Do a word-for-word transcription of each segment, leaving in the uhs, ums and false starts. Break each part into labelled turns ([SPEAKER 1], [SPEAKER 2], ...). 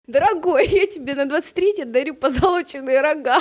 [SPEAKER 1] Дорогой, я тебе на двадцать третье дарю позолоченные рога.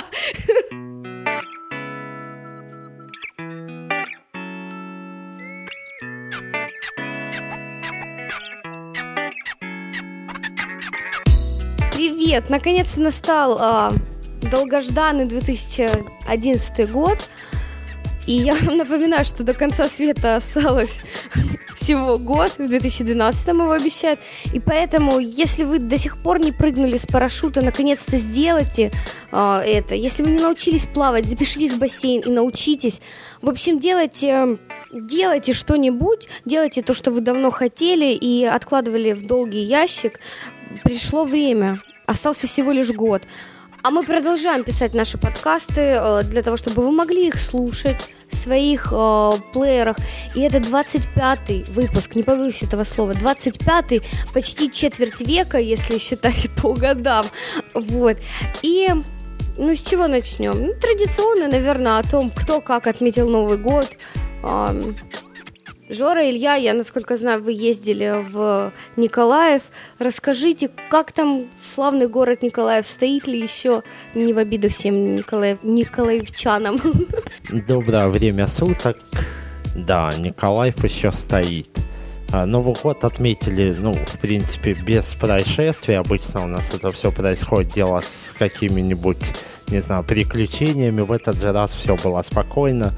[SPEAKER 1] Привет! Наконец-то настал а, долгожданный две тысячи одиннадцатый год. И я вам напоминаю, что до конца света осталось всего год. В две тысячи двенадцатом его обещают. И поэтому, если вы до сих пор не прыгнули с парашюта, наконец-то сделайте а, это. Если вы не научились плавать, запишитесь в бассейн и научитесь. В общем, делайте... Делайте что-нибудь, делайте то, что вы давно хотели и откладывали в долгий ящик. Пришло время, остался всего лишь год. А мы продолжаем писать наши подкасты э, для того, чтобы вы могли их слушать в своих э, плеерах. И это двадцать пятый выпуск, не побоюсь этого слова, двадцать пятый, почти четверть века, если считать по годам. Вот. И... Ну, с чего начнем? Ну, традиционно, наверное, о том, кто как отметил Новый год. Um, Жора, Илья, я, насколько знаю, вы ездили в Николаев. Расскажите, как там славный город Николаев? Стоит ли еще, не в обиду всем Николаев, николаевчанам?
[SPEAKER 2] Доброе время суток. Да, Николаев еще стоит. Новый год отметили, ну, в принципе, без происшествий. Обычно у нас это все происходит, дело с какими-нибудь, не знаю, приключениями. В этот же раз все было спокойно.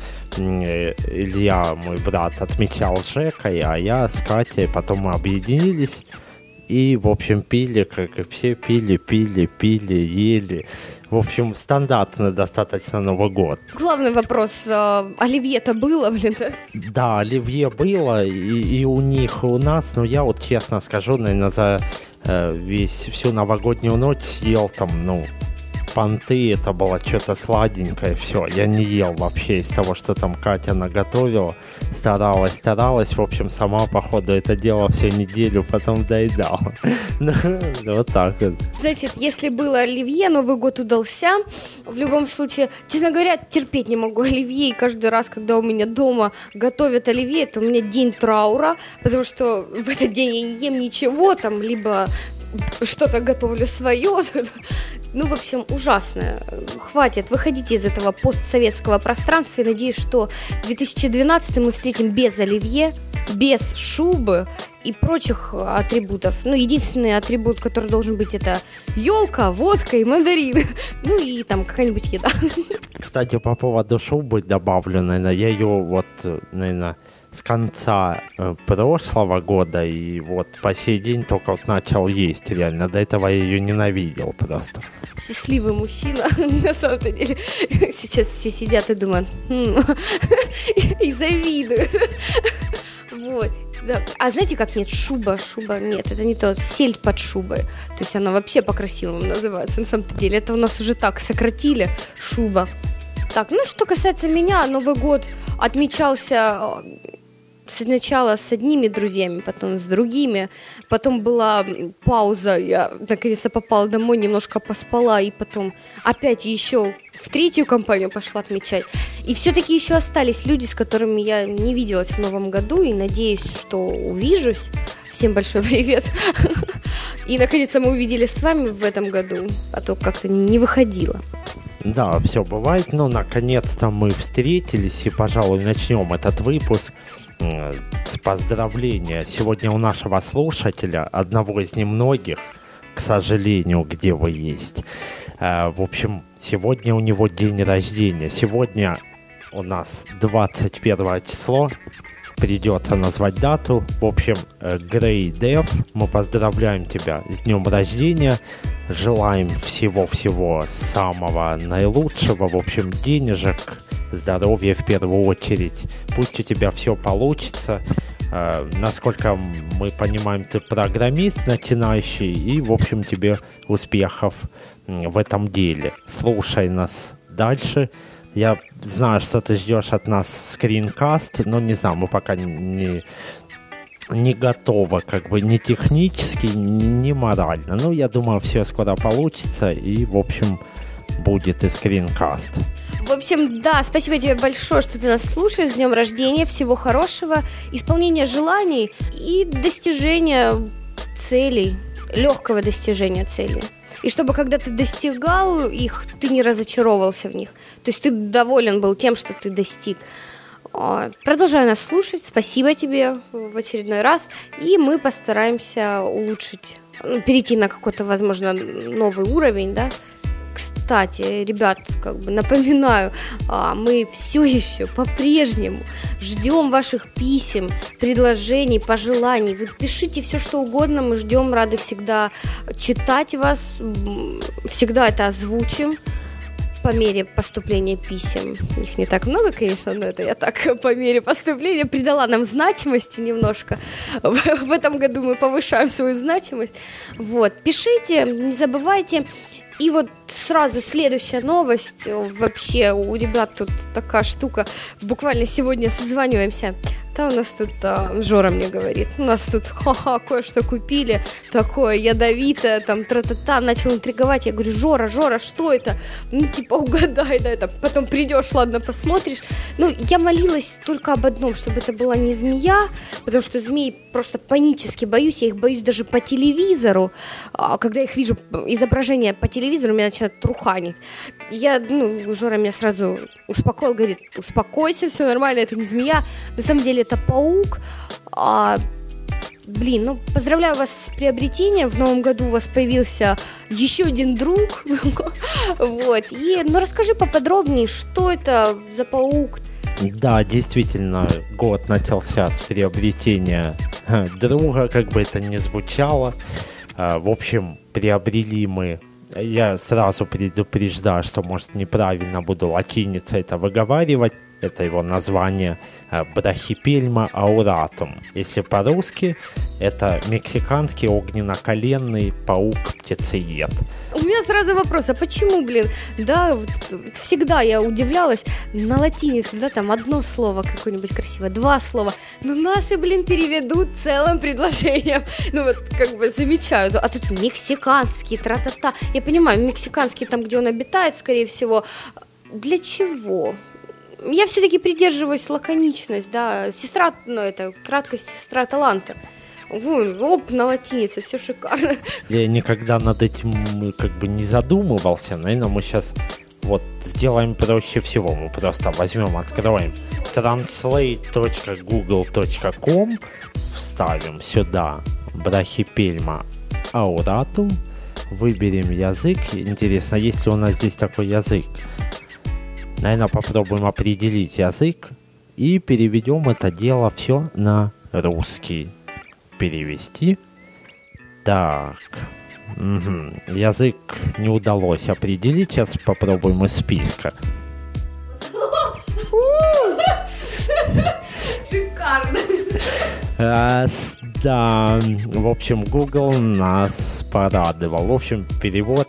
[SPEAKER 2] Илья, мой брат, отмечал с Жекой, а я с Катей. Потом мы объединились и, в общем, пили, как и все, пили, пили, пили, ели. В общем, стандартно достаточно Новый год.
[SPEAKER 1] Главный вопрос, оливье-то было, блин?
[SPEAKER 2] Да, оливье было, и, и у них, и у нас, но я вот честно скажу, наверное, за э, весь, всю новогоднюю ночь съел там, ну, понты, это было что-то сладенькое, все, я не ел вообще из того, что там Катя наготовила, старалась, старалась, в общем, сама, походу, это дело всю неделю, потом доедала. Вот так вот.
[SPEAKER 1] Значит, если было оливье, Новый год удался, в любом случае, честно говоря, терпеть не могу оливье, и каждый раз, когда у меня дома готовят оливье, это у меня день траура, потому что в этот день я не ем ничего, там, либо что-то готовлю свое. Ну, в общем, ужасно. Хватит, выходите из этого постсоветского пространства. И надеюсь, что две тысячи двенадцатый мы встретим без оливье, без шубы и прочих атрибутов. Ну, единственный атрибут, который должен быть, это елка, водка и мандарин. Ну, и там какая-нибудь еда.
[SPEAKER 2] Кстати, по поводу шубы добавлю, наверное, я ее вот, наверное, с конца э, прошлого года и вот по сей день только вот начал есть, реально. До этого я ее ненавидел просто.
[SPEAKER 1] Счастливый мужчина, на самом-то деле. Сейчас все сидят и думают, хм, и завидуют. Вот. Да. А знаете, как нет? Шуба, шуба, нет, это не то, сельдь под шубой. То есть она вообще по-красивому называется, на самом-то деле. Это у нас уже так сократили, шуба. Так, ну, что касается меня, Новый год отмечался сначала с одними друзьями, потом с другими. Потом была пауза, я наконец-то попала домой, немножко поспала, и потом опять еще в третью компанию пошла отмечать. И все-таки еще остались люди, с которыми я не виделась в Новом году, и надеюсь, что увижусь. Всем большой привет. И наконец-то мы увиделись с вами в этом году, а то как-то не выходило.
[SPEAKER 2] Да, все бывает, но наконец-то мы встретились, и, пожалуй, начнем этот выпуск с поздравления. Сегодня у нашего слушателя, одного из немногих, к сожалению, где вы есть. В общем, сегодня у него день рождения. Сегодня у нас двадцать первое число. Придется назвать дату. В общем, Грей Дев, мы поздравляем тебя с днем рождения. Желаем всего-всего самого наилучшего. В общем, денежек, здоровья в первую очередь. Пусть у тебя все получится. Э, насколько мы понимаем, ты программист начинающий. И, в общем, тебе успехов в этом деле. Слушай нас дальше. Я знаю, что ты ждешь от нас скринкаст, но не знаю, мы пока не, не готовы, как бы ни технически, ни, ни морально. Ну, я думаю, все скоро получится, и, в общем, будет и скринкаст.
[SPEAKER 1] В общем, да, спасибо тебе большое, что ты нас слушаешь. С днем рождения, всего хорошего, исполнения желаний и достижения целей. легкого достижения цели. И чтобы, когда ты достигал их, ты не разочаровывался в них. То есть ты доволен был тем, что ты достиг. Продолжай нас слушать. Спасибо тебе в очередной раз. И мы постараемся улучшить, перейти на какой-то, возможно, новый уровень, да. Кстати, ребят, как бы напоминаю, мы все еще по-прежнему ждем ваших писем, предложений, пожеланий. Вы пишите все, что угодно, мы ждем, рады всегда читать вас, всегда это озвучим по мере поступления писем. Их не так много, конечно, но это я так по мере поступления придала нам значимости немножко. В этом году мы повышаем свою значимость. Вот, пишите, не забывайте. И вот сразу следующая новость. Вообще у ребят тут такая штука. Буквально сегодня созваниваемся. Да, у нас тут, а, Жора мне говорит, у нас тут, ха-ха, кое-что купили, такое ядовитое, там, тра-та-та, начал интриговать. Я говорю, Жора, Жора, что это? Ну, типа, угадай, да, это. Потом придешь, ладно, посмотришь. Ну, я молилась только об одном, чтобы это была не змея, потому что змей просто панически боюсь, я их боюсь даже по телевизору. А когда я их вижу, изображение по телевизору, меня начинает труханить. Я, ну, Жора меня сразу успокоил, говорит, успокойся, все нормально, это не змея. На самом деле это паук. А, блин, ну, поздравляю вас с приобретением. В новом году у вас появился еще один друг. Вот. И, ну, расскажи поподробнее, что это за паук?
[SPEAKER 2] Да, действительно, год начался с приобретения друга, как бы это ни звучало. В общем, приобрели мы. Я сразу предупреждаю, что, может, неправильно буду латиницей это выговаривать. Это его название Брахипельма ауратум. Если по-русски, это мексиканский огненно-коленный паук-птицеед.
[SPEAKER 1] У меня сразу вопрос, а почему, блин, да, вот, всегда я удивлялась, на латинице, да, там одно слово какое-нибудь красивое, два слова, но наши, блин, переведут целым предложением, ну вот, как бы замечаю, а тут мексиканский, тра-та-та, я понимаю, мексиканский там, где он обитает, скорее всего, для чего? Я все-таки придерживаюсь лаконичность, да, сестра, ну, это краткость, сестра таланта. Вон, оп, на латинице, все шикарно.
[SPEAKER 2] Я никогда над этим как бы не задумывался, наверное, мы сейчас вот сделаем проще всего, мы просто возьмем, откроем транслейт точка гугл точка ком, вставим сюда Брахипельма ауратум, выберем язык, интересно, есть ли у нас здесь такой язык. Наверное, попробуем определить язык и переведем это дело все на русский. Перевести. Так. Угу. Язык не удалось определить. Сейчас попробуем из списка.
[SPEAKER 1] Шикарно.
[SPEAKER 2] Раз, да. В общем, Google нас порадовал. В общем, перевод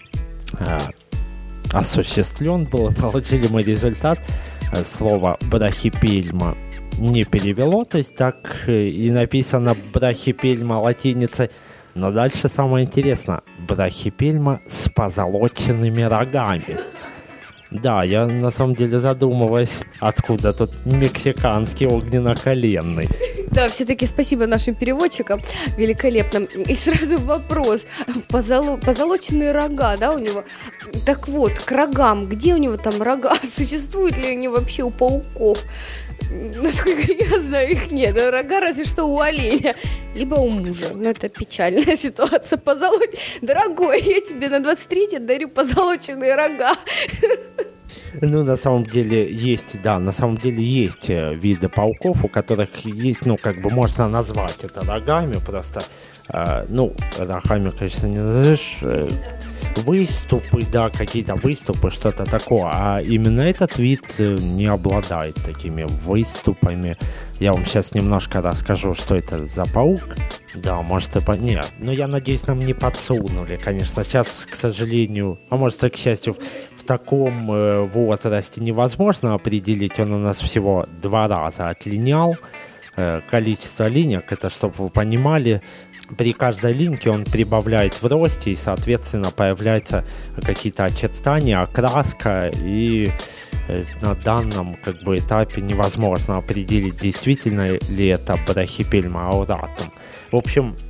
[SPEAKER 2] осуществлен был, получили мы результат. Слово брахипельма не перевело, то есть так и написано брахипельма латиницей. Но дальше самое интересное. Брахипельма с позолоченными рогами. Да, я на самом деле задумываюсь, откуда тут мексиканский огненно-коленный.
[SPEAKER 1] Да, все-таки спасибо нашим переводчикам великолепным. И сразу вопрос. Позоло... Позолоченные рога, да, у него? Так вот, к рогам. Где у него там рога? Существуют ли они вообще у пауков? Насколько я знаю, их нет. Рога разве что у оленя. Либо у мужа. Но это печальная ситуация. Позолоть... Дорогой, я тебе на двадцать третье дарю позолоченные рога.
[SPEAKER 2] Ну, на самом деле есть, да, на самом деле есть виды пауков, у которых есть, ну, как бы можно назвать это рогами, просто, э, ну, рогами, конечно, не назовешь, э, выступы, да, какие-то выступы, что-то такое, а именно этот вид не обладает такими выступами. Я вам сейчас немножко расскажу, что это за паук. Да, может, и по... Нет, но я надеюсь, нам не подсунули, конечно. Сейчас, к сожалению, а может, и к счастью, в таком э, возрасте невозможно определить. Он у нас всего два раза отлинял. Э, количество линек, это, чтобы вы понимали, при каждой линьке он прибавляет в росте, и, соответственно, появляются какие-то очертания, окраска, и э, на данном как бы этапе невозможно определить, действительно ли это брахипельма ауратум. В общем,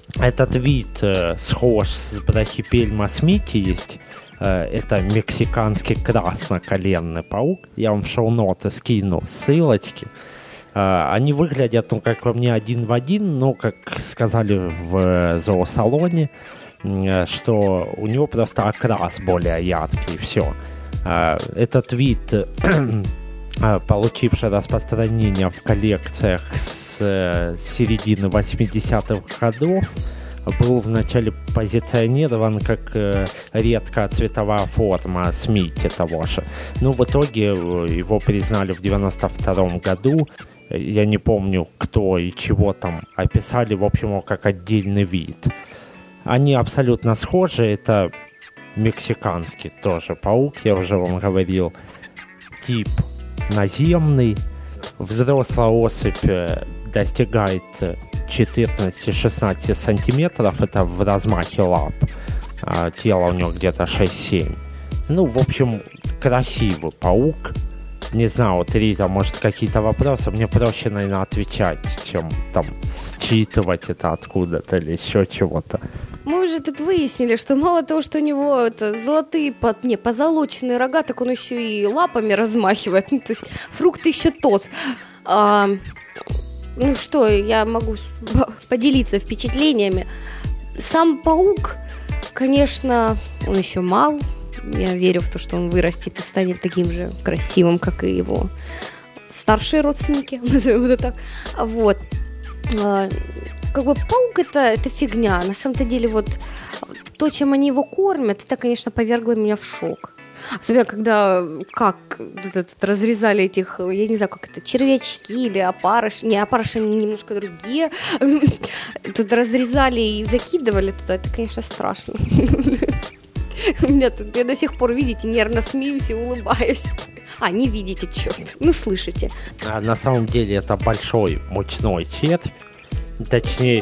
[SPEAKER 2] Этот вид э, схож с Брахипельма смити есть. Э, это мексиканский красноколенный паук. Я вам в шоу-ноты скину ссылочки. Э, они выглядят, ну, как по мне, один в один, но, как сказали в зоосалоне, э, что у него просто окрас более яркий, все. Э, этот вид... получивший распространение в коллекциях с, с середины восьмидесятых годов, был вначале позиционирован как э, редкая цветовая форма смити того же. Но в итоге его признали в девяносто втором году. Я не помню, кто и чего там описали, в общем, его как отдельный вид. Они абсолютно схожи. Это мексиканский тоже паук, я уже вам говорил. Тип наземный. Взрослая особь достигает четырнадцать-шестнадцать сантиметров, это в размахе лап. А тело у него где-то шесть-семь. Ну, в общем, красивый паук. Не знаю, вот Риза, может, какие-то вопросы. Мне проще, наверное, отвечать, чем там считывать это откуда-то или еще чего-то.
[SPEAKER 1] Мы уже тут выяснили, что мало того, что у него это золотые, под, не, позолоченные рога, так он еще и лапами размахивает. Ну, то есть фрукт еще тот. А, ну что, я могу поделиться впечатлениями. Сам паук, конечно, он еще мал. Я верю в то, что он вырастет и станет таким же красивым, как и его старшие родственники, назовем это так. Вот. Как бы паук это, это фигня. На самом-то деле вот то, чем они его кормят, это, конечно, повергло меня в шок. Особенно, когда как этот, разрезали этих, я не знаю, как это, червячки или опарыши. Не, опарыши немножко другие. Тут разрезали и закидывали туда. Это, конечно, страшно. Нет, я до сих пор, видите, нервно смеюсь и улыбаюсь. А, не видите, черт. Ну, слышите.
[SPEAKER 2] А на самом деле это большой мучной червь. Точнее,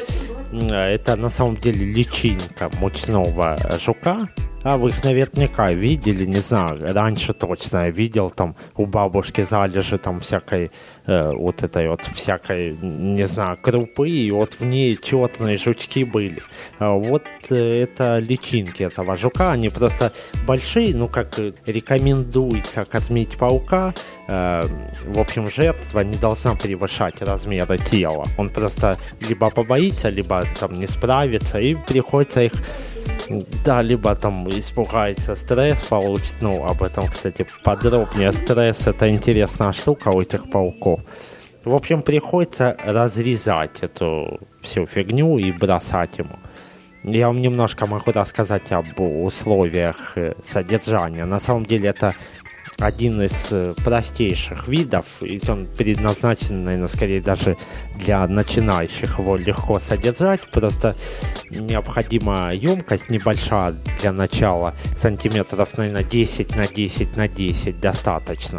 [SPEAKER 2] это на самом деле личинка мучного жука. А вы их наверняка видели, не знаю, раньше точно я видел там у бабушки залежи там всякой, э, вот этой вот всякой, не знаю, крупы, и вот в ней черные жучки были. А вот э, это личинки этого жука, они просто большие, ну как рекомендуется кормить паука, э, в общем, жертва не должна превышать размеры тела. Он просто либо побоится, либо там не справится, и приходится их... Да, либо там испугается, стресс получит. Ну, об этом, кстати, подробнее. Стресс — это интересная штука у этих пауков. В общем, приходится разрезать эту всю фигню и бросать ему. Я вам немножко могу рассказать об условиях содержания. На самом деле это один из простейших видов, и он предназначен, наверное, скорее даже для начинающих его легко содержать. Просто необходима емкость небольшая для начала, сантиметров, наверное, десять на десять на десять достаточно.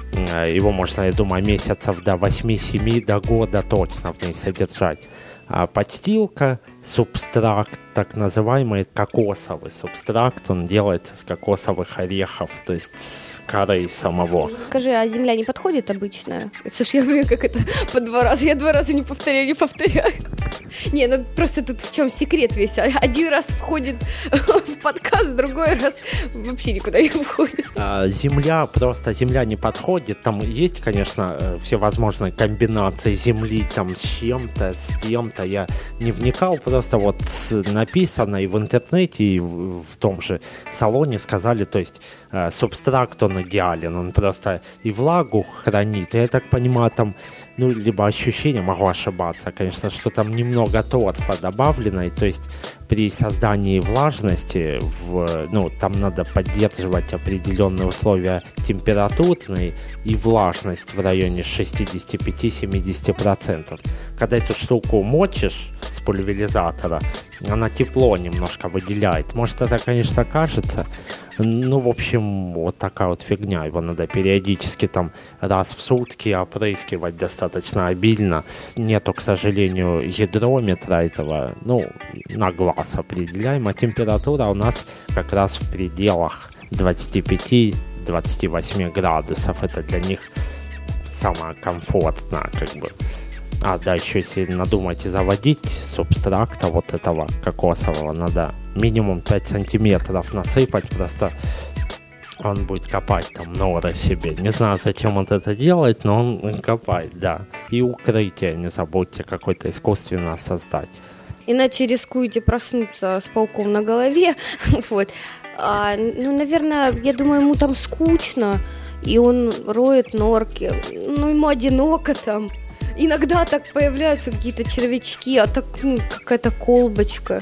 [SPEAKER 2] Его можно, я думаю, месяцев до восьми-семи, до года точно в ней содержать. А подстилка, субстракт, так называемый кокосовый субстракт, он делается с кокосовых орехов, то есть с коры самого.
[SPEAKER 1] Скажи, а земля не подходит обычная? Слушай, я, блин, как это по два раза, я два раза не повторяю, не повторяю. Не, ну просто тут в чем секрет весь? Один раз входит в подкаст, другой раз вообще никуда не входит.
[SPEAKER 2] А, земля, просто земля не подходит. Там есть, конечно, всевозможные комбинации земли там с чем-то, с тем-то. Я не вникал, просто вот написано и в интернете, и в, в том же салоне сказали, то есть э, субстракт, он идеален, он просто и влагу хранит, и я так понимаю, там, ну, либо ощущение, могу ошибаться, конечно, что там немного торфа добавлено, и, то есть при создании влажности, в, ну, там надо поддерживать определенные условия температурные и влажность в районе шестьдесят пять - семьдесят процентов. Когда эту штуку мочишь с пульверизатора, она тепло немножко выделяет. Может, это, конечно, кажется. Ну, в общем, вот такая вот фигня. Его надо периодически там раз в сутки опрыскивать достаточно обильно. Нету, к сожалению, гидрометра этого. Ну, на глаз определяем. А температура у нас как раз в пределах двадцать пять - двадцать восемь градусов. Это для них самое комфортное, как бы. А, да, еще если надумаете заводить субстракта вот этого кокосового, надо минимум пять сантиметров насыпать, просто он будет копать там норы себе. Не знаю, зачем он это делает, но он копает, да. И укрытие не забудьте какое-то искусственно создать.
[SPEAKER 1] Иначе рискуете проснуться с пауком на голове. Вот. А, ну, наверное, я думаю, ему там скучно, и он роет норки. Ну, ему одиноко там. Иногда так появляются какие-то червячки, а так ну, какая-то колбочка.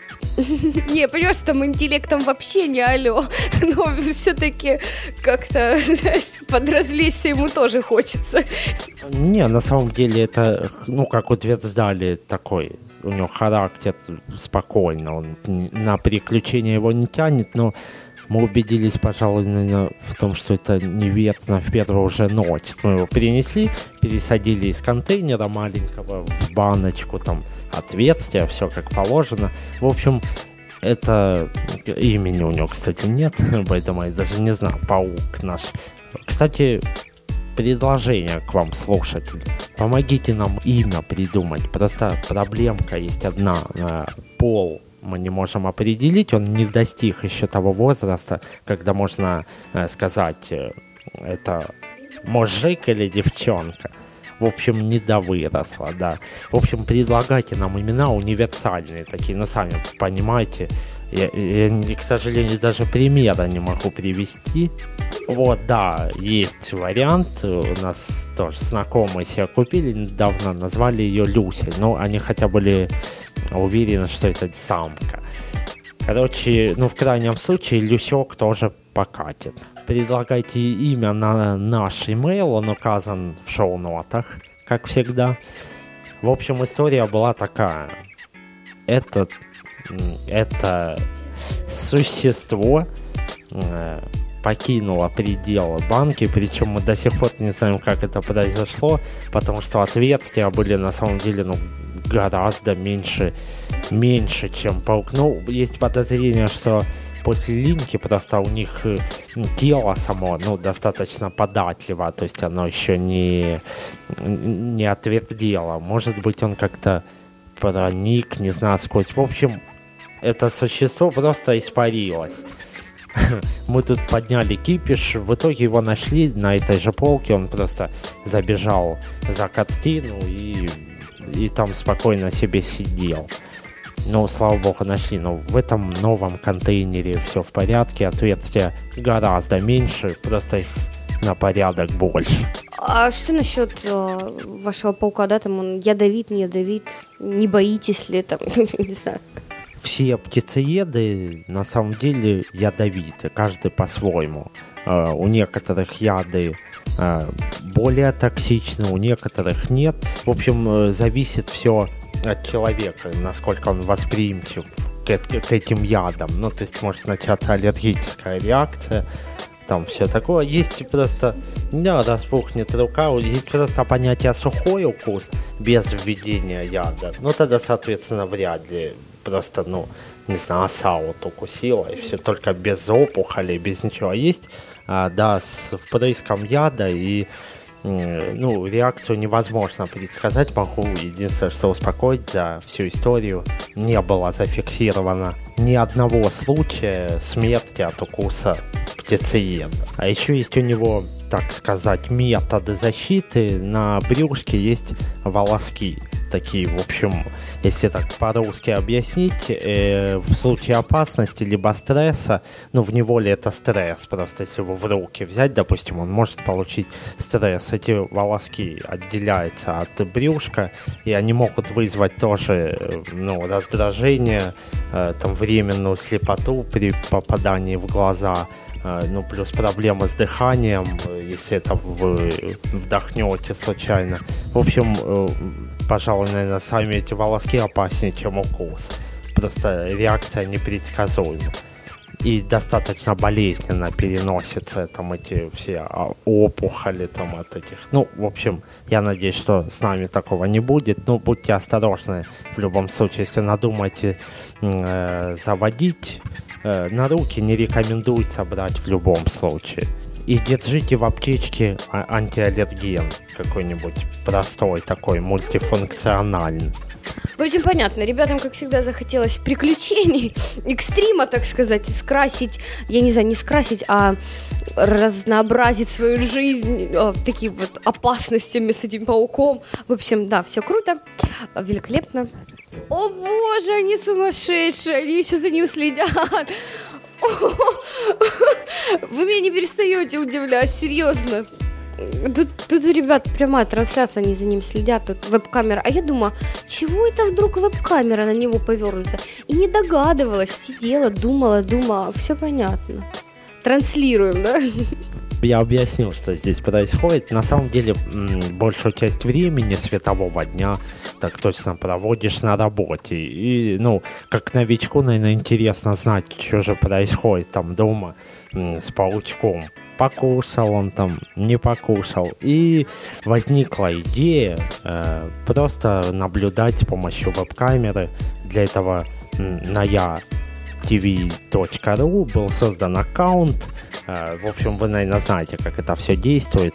[SPEAKER 1] Не, понимаешь, там интеллектом вообще не алё, но все-таки как-то, знаешь, подразвлечься ему тоже хочется.
[SPEAKER 2] Не, на самом деле это, ну, как утверждали, такой, у него характер спокойный, он на приключения его не тянет, но мы убедились, пожалуй, наверное, в том, что это неверно в первую же ночь. Мы его перенесли, пересадили из контейнера маленького в баночку, там, отверстие, все как положено. В общем, это имени у него, кстати, нет, поэтому я даже не знаю, паук наш. Кстати, предложение к вам, слушатели. Помогите нам имя придумать. Просто проблемка есть одна. Пол мы не можем определить, он не достиг еще того возраста, когда можно э, сказать, э, это мужик или девчонка. В общем, не довыросла, да. В общем, предлагайте нам имена универсальные такие, ну, сами понимаете. Я, я, к сожалению, даже примера не могу привести. Вот, да, есть вариант. У нас тоже знакомые себе купили недавно, назвали ее Люся. Но они хотя бы были уверены, что это самка. Короче, ну, в крайнем случае, Люсек тоже покатит. Предлагайте имя на наш имейл, он указан в шоу-нотах, как всегда. В общем, история была такая. Это, это существо э, покинуло пределы банки, причем мы до сих пор не знаем, как это произошло, потому что отверстия были на самом деле, ну, гораздо меньше, меньше, чем паук. Ну, есть подозрение, что после линьки просто у них тело само, ну, достаточно податливо, то есть оно еще не, не отвердело. Может быть, он как-то проник, не знаю, сквозь. В общем, это существо просто испарилось. Мы тут подняли кипиш, в итоге его нашли на этой же полке, он просто забежал за картину и, и там спокойно себе сидел. Ну, слава богу, нашли. Но в этом новом контейнере все в порядке, отверстия гораздо меньше, просто их на порядок больше.
[SPEAKER 1] А что насчет э, вашего паука, да, там он ядовит, не ядовит, не боитесь ли, там, не знаю.
[SPEAKER 2] Все птицееды на самом деле ядовиты, каждый по-своему. Э, у некоторых яды э, более токсичны, у некоторых нет. В общем, э, зависит все от человека, насколько он восприимчив к, к этим ядам. Ну, то есть может начаться аллергическая реакция, там все такое. Есть просто, да, распухнет рука, есть просто понятие сухой укус без введения яда. Ну, тогда, соответственно, вряд ли. Просто, ну, не знаю, оса вот укусила, и все, только без опухолей, без ничего. А есть, а, да, с впрыском яда, и ну, реакцию невозможно предсказать. Могу единственное, что успокоить, за всю историю не было зафиксировано ни одного случая смерти от укуса птицееда. А еще есть у него, так сказать, методы защиты. На брюшке есть волоски. Такие, в общем, если так по-русски объяснить, э, в случае опасности либо стресса, ну, в неволе это стресс, просто если его в руки взять, допустим, он может получить стресс. Эти волоски отделяются от брюшка, и они могут вызвать тоже, ну, раздражение, э, там, временную слепоту при попадании в глаза, э, ну, плюс проблемы с дыханием, если это вы вдохнете случайно. В общем, э, пожалуй, наверное, сами эти волоски опаснее, чем укус. Просто реакция непредсказуема. И достаточно болезненно переносятся там эти все опухоли там от этих. Ну, в общем, я надеюсь, что с нами такого не будет. Но будьте осторожны в любом случае, если надумаете э, заводить. Э, на руки не рекомендуется брать в любом случае. и держите в аптечке антиаллерген какой-нибудь простой такой, мультифункциональный.
[SPEAKER 1] В общем, понятно, ребятам, как всегда, захотелось приключений, экстрима, так сказать, скрасить, я не знаю, не скрасить, а разнообразить свою жизнь о, такими вот опасностями с этим пауком. В общем, да, все круто, великолепно. О боже, они сумасшедшие, они еще за ним следят. Вы меня не перестаете удивлять, серьезно. Тут, тут, ребят, прямая трансляция, они за ним следят, тут веб-камера. А я думаю, чего это вдруг веб-камера на него повернута? И не догадывалась, сидела, думала, думала, все понятно. Транслируем, да?
[SPEAKER 2] Я объяснил, что здесь происходит. На самом деле, большую часть времени светового дня так точно проводишь на работе. И, ну, как новичку, наверное, интересно знать, что же происходит там дома с паучком. Покушал он там, не покушал. И возникла идея э, просто наблюдать с помощью веб-камеры. Для этого на я ти ви точка ру был создан аккаунт. Э, в общем, вы, наверное, знаете, как это все действует.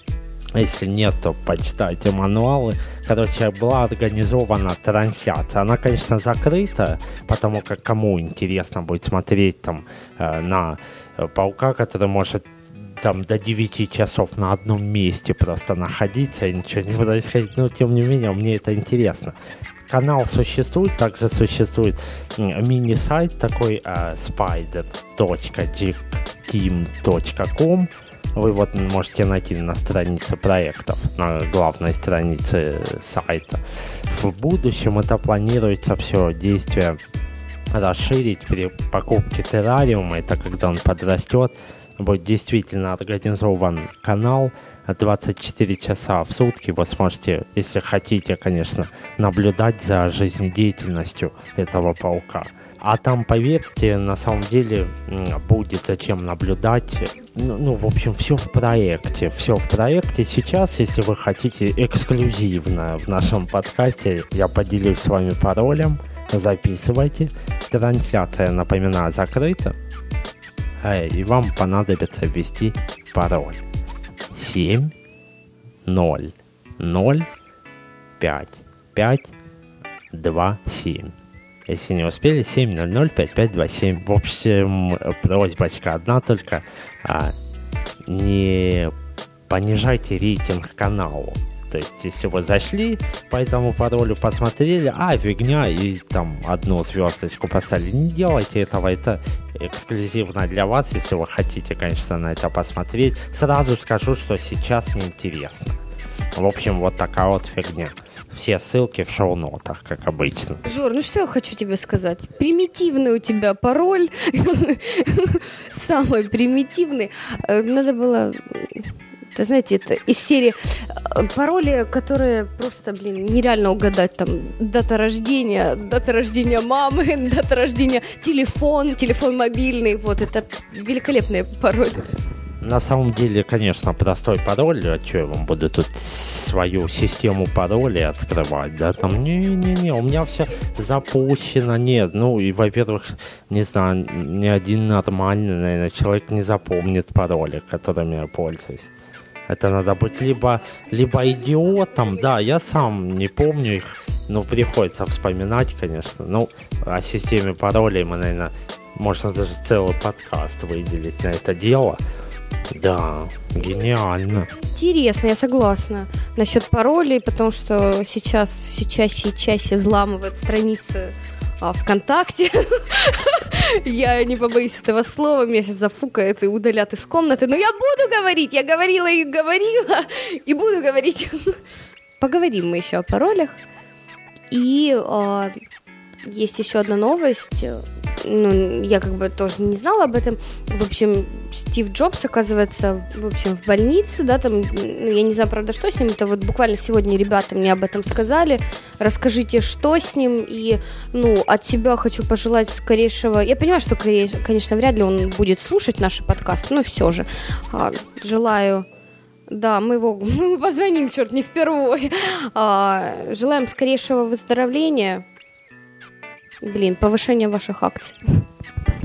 [SPEAKER 2] Если нет, то почитайте мануалы. Короче, была организована трансляция. Она, конечно, закрыта, потому как кому интересно будет смотреть там э, на паука, который может там до девяти часов на одном месте просто находиться и ничего не происходит. Но, тем не менее, мне это интересно. Канал существует, также существует мини-сайт такой uh, spider точка geek team точка com. Вы вот можете найти на странице проектов, на главной странице сайта. В будущем это планируется все действие расширить при покупке террариума. Это когда он подрастет, будет действительно организован канал двадцать четыре часа в сутки. Вы сможете, если хотите, конечно, наблюдать за жизнедеятельностью этого паука. А там, поверьте, на самом деле будет зачем наблюдать. Ну, ну, в общем, все в проекте. Все в проекте. Сейчас, если вы хотите эксклюзивно в нашем подкасте, я поделюсь с вами паролем. Записывайте. Трансляция, напоминаю, закрыта. И вам понадобится ввести пароль семь ноль ноль пять пять два семь. Если не успели, семь ноль ноль пять пять два семь. В общем, просьбочка одна только. А, не понижайте рейтинг каналу. То есть, если вы зашли по этому паролю, посмотрели, а, фигня, и там одну звездочку поставили. Не делайте этого, это эксклюзивно для вас, если вы хотите, конечно, на это посмотреть. Сразу скажу, что сейчас неинтересно. В общем, вот такая вот фигня. Все ссылки в шоу-нотах, как обычно.
[SPEAKER 1] Жор, ну что я хочу тебе сказать? Примитивный у тебя пароль. Самый примитивный. Надо было... Это, знаете, это из серии пароли, которые просто, блин, нереально угадать. Там дата рождения, дата рождения мамы, дата рождения, телефон, телефон мобильный. Вот, это великолепные пароли.
[SPEAKER 2] На самом деле, конечно, простой пароль. А что я вам буду тут свою систему паролей открывать, да? Там, не-не-не, у меня все запущено. Нет, ну, и, во-первых, не знаю, ни один нормальный, наверное, человек не запомнит пароли, которыми я пользуюсь. Это надо быть либо, либо идиотом, да, я сам не помню их, но приходится вспоминать, конечно. Ну, о системе паролей мы, наверное, можно даже целый подкаст выделить на это дело. Да, гениально.
[SPEAKER 1] Интересно, я согласна насчет паролей, потому что сейчас все чаще и чаще взламывают страницы а, ВКонтакте. Я не побоюсь этого слова, меня сейчас зафукают и удалят из комнаты, но я буду говорить, я говорила и говорила, и буду говорить. Поговорим мы еще о паролях. И э, есть еще одна новость, ну, я как бы тоже не знала об этом. В общем, Стив Джобс, оказывается, в общем, в больнице, да, там, ну, я не знаю, правда, что с ним, это вот буквально сегодня ребята мне об этом сказали. Расскажите, что с ним, и, ну, от себя хочу пожелать скорейшего... Я понимаю, что, конечно, вряд ли он будет слушать наши подкасты, но все же а, желаю... Да, мы его мы позвоним, черт, не впервые. А, желаем скорейшего выздоровления. Блин, повышение ваших акций.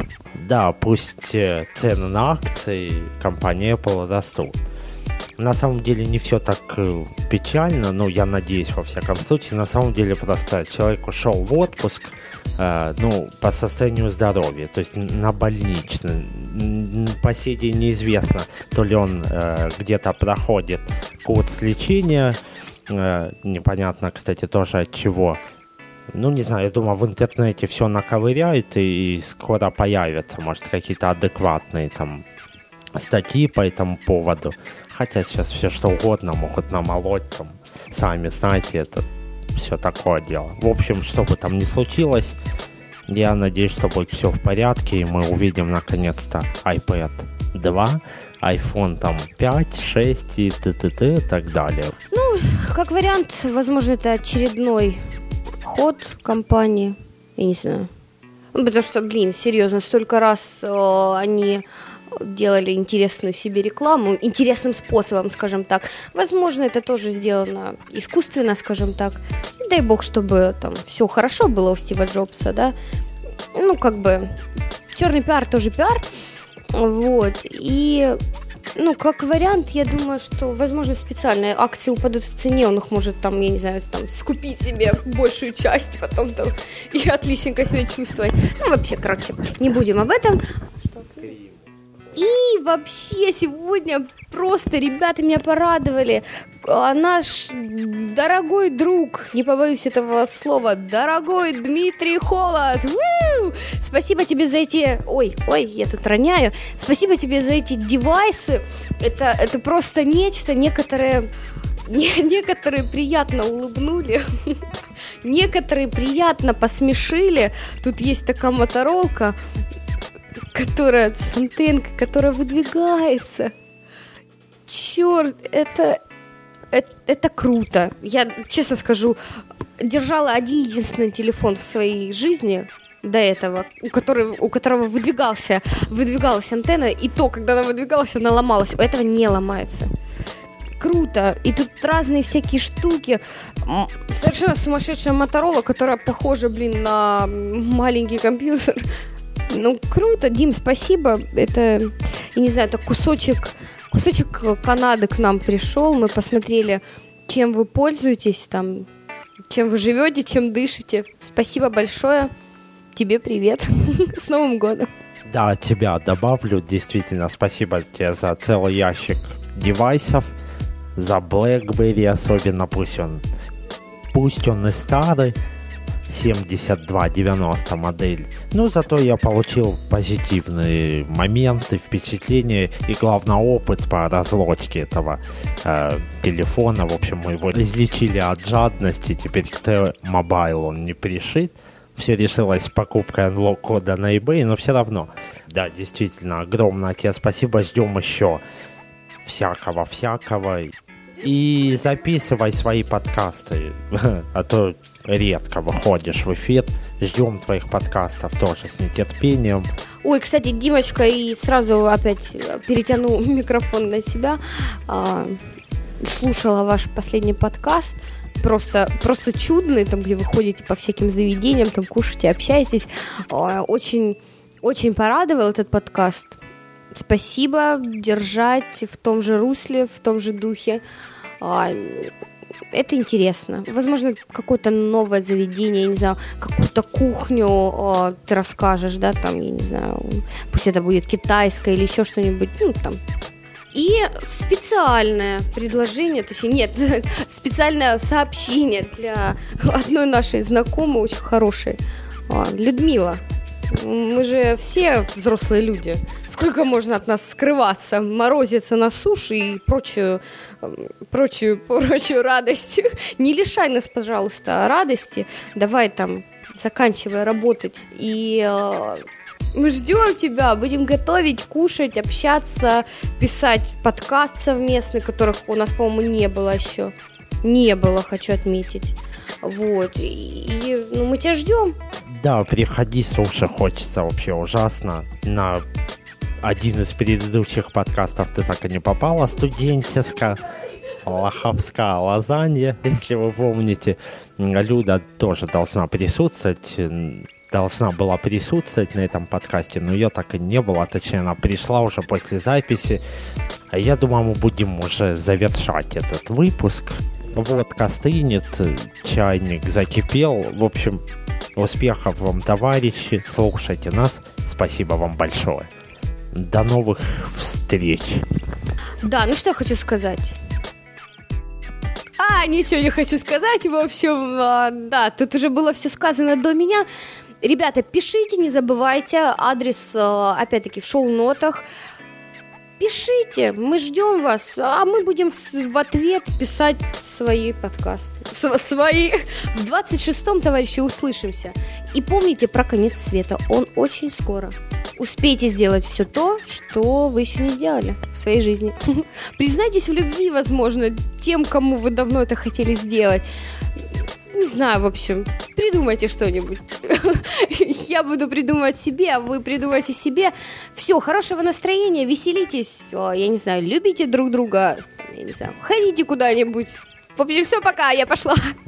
[SPEAKER 2] Да, пусть цены на акции компании Apple растут. На самом деле не все так печально, но я надеюсь, во всяком случае. На самом деле просто человек ушел в отпуск, э, ну, по состоянию здоровья, то есть на больничный. По сей день неизвестно, то ли он э, где-то проходит курс лечения, э, непонятно, кстати, тоже от чего. Ну, не знаю, я думаю, в интернете все наковыряет и, и скоро появятся, может, какие-то адекватные там статьи по этому поводу. Хотя сейчас все что угодно могут намолоть, там, сами знаете, это все такое дело. В общем, что бы там ни случилось, я надеюсь, что будет все в порядке, и мы увидим наконец-то iPad два, iPhone там пять, шесть и т.т.т. и так далее.
[SPEAKER 1] Ну, как вариант, возможно, это очередной ход компании, я не знаю. Ну, потому что, блин, серьезно, столько раз э, они делали интересную себе рекламу, интересным способом, скажем так. Возможно, это тоже сделано искусственно, скажем так. Дай бог, чтобы там все хорошо было у Стива Джобса, да. Ну, как бы, черный пиар тоже пиар. Вот. И, ну, как вариант, я думаю, что, возможно, специальные акции упадут в цене, он их может, там, я не знаю, там, скупить себе большую часть, потом там и отличненько себя чувствовать. Ну, вообще, короче, не будем об этом. И вообще сегодня просто ребята меня порадовали. А наш дорогой друг, не побоюсь этого слова, дорогой Дмитрий Холод. У-у-у! Спасибо тебе за эти... Ой, ой, я тут роняю. Спасибо тебе за эти девайсы. Это, это просто нечто. Некоторые, не, некоторые приятно улыбнули. Некоторые приятно посмешили. Тут есть такая моторолка, которая с антенкой, которая выдвигается. Черт, это, это, это круто. Я, честно скажу, держала один единственный телефон в своей жизни до этого, у которого, у которого выдвигался, выдвигалась антенна, и то, когда она выдвигалась, она ломалась. У этого не ломается. Круто. И тут разные всякие штуки. Совершенно сумасшедшая Моторола, которая похожа, блин, на маленький компьютер. Ну, круто, Дим, спасибо. Это, я не знаю, это кусочек, кусочек Канады к нам пришел. Мы посмотрели, чем вы пользуетесь, там, чем вы живете, чем дышите. Спасибо большое. Тебе привет. С Новым годом.
[SPEAKER 2] Да, от тебя добавлю. Действительно, спасибо тебе за целый ящик девайсов, за BlackBerry особенно, пусть он, пусть он и старый, семьдесят два девяносто модель. Но зато я получил позитивные моменты, впечатления и, главное, опыт по разлочке этого э, телефона. В общем, мы его излечили от жадности. Теперь к T-Mobile он не пришит. Все решилось с покупкой анлок-кода на eBay, но все равно. Да, действительно, огромное тебе спасибо. Ждем еще всякого-всякого. И записывай свои подкасты, а то редко выходишь в эфир. Ждем твоих подкастов тоже с нетерпением.
[SPEAKER 1] Ой, кстати, Димочка, и сразу опять перетяну микрофон на себя. Слушала ваш последний подкаст. Просто, просто чудный, там, где вы ходите по всяким заведениям, там кушаете, общаетесь. Очень, очень порадовал этот подкаст. Спасибо, держать в том же русле, в том же духе. Это интересно. Возможно, какое-то новое заведение, я не знаю, какую-то кухню ты расскажешь, да, там, я не знаю, пусть это будет китайское или еще что-нибудь, ну, там. И специальное предложение, точнее, нет, специальное сообщение для одной нашей знакомой, очень хорошей, Людмила. Мы же все взрослые люди. Сколько можно от нас скрываться, морозиться на суше и прочую, прочую, прочую радость. Не лишай нас, пожалуйста, радости. Давай там, заканчивай работать. И э, мы ждем тебя, будем готовить, кушать, общаться, писать подкаст совместный, которых у нас, по-моему, не было еще. Не было, хочу отметить. Вот. И, и ну, мы тебя ждем.
[SPEAKER 2] Да, приходи, слушай, хочется вообще ужасно. На один из предыдущих подкастов ты так и не попала. Студенческая лоховская лазанья, если вы помните. Люда тоже должна присутствовать. должна была присутствовать на этом подкасте, но ее так и не было. Точнее, она пришла уже после записи. А я думаю, мы будем уже завершать этот выпуск. Водка стынет, чайник закипел. В общем, успехов вам, товарищи. Слушайте нас. Спасибо вам большое. До новых встреч.
[SPEAKER 1] Да, ну что я хочу сказать? А, ничего не хочу сказать. В общем, да, тут уже было все сказано до меня. Ребята, пишите, не забывайте. Адрес, опять-таки, в шоу-нотах. Пишите, мы ждем вас, а мы будем в ответ писать свои подкасты. С- свои. В двадцать шестом, товарищи, услышимся. И помните про конец света, он очень скоро. Успейте сделать все то, что вы еще не сделали в своей жизни. Признайтесь в любви, возможно, тем, кому вы давно это хотели сделать. Не знаю, в общем, придумайте что-нибудь. Я буду придумывать себе, а вы придумайте себе. Все, хорошего настроения, веселитесь. Я не знаю, любите друг друга. Я не знаю, ходите куда-нибудь. В общем, все, пока, я пошла.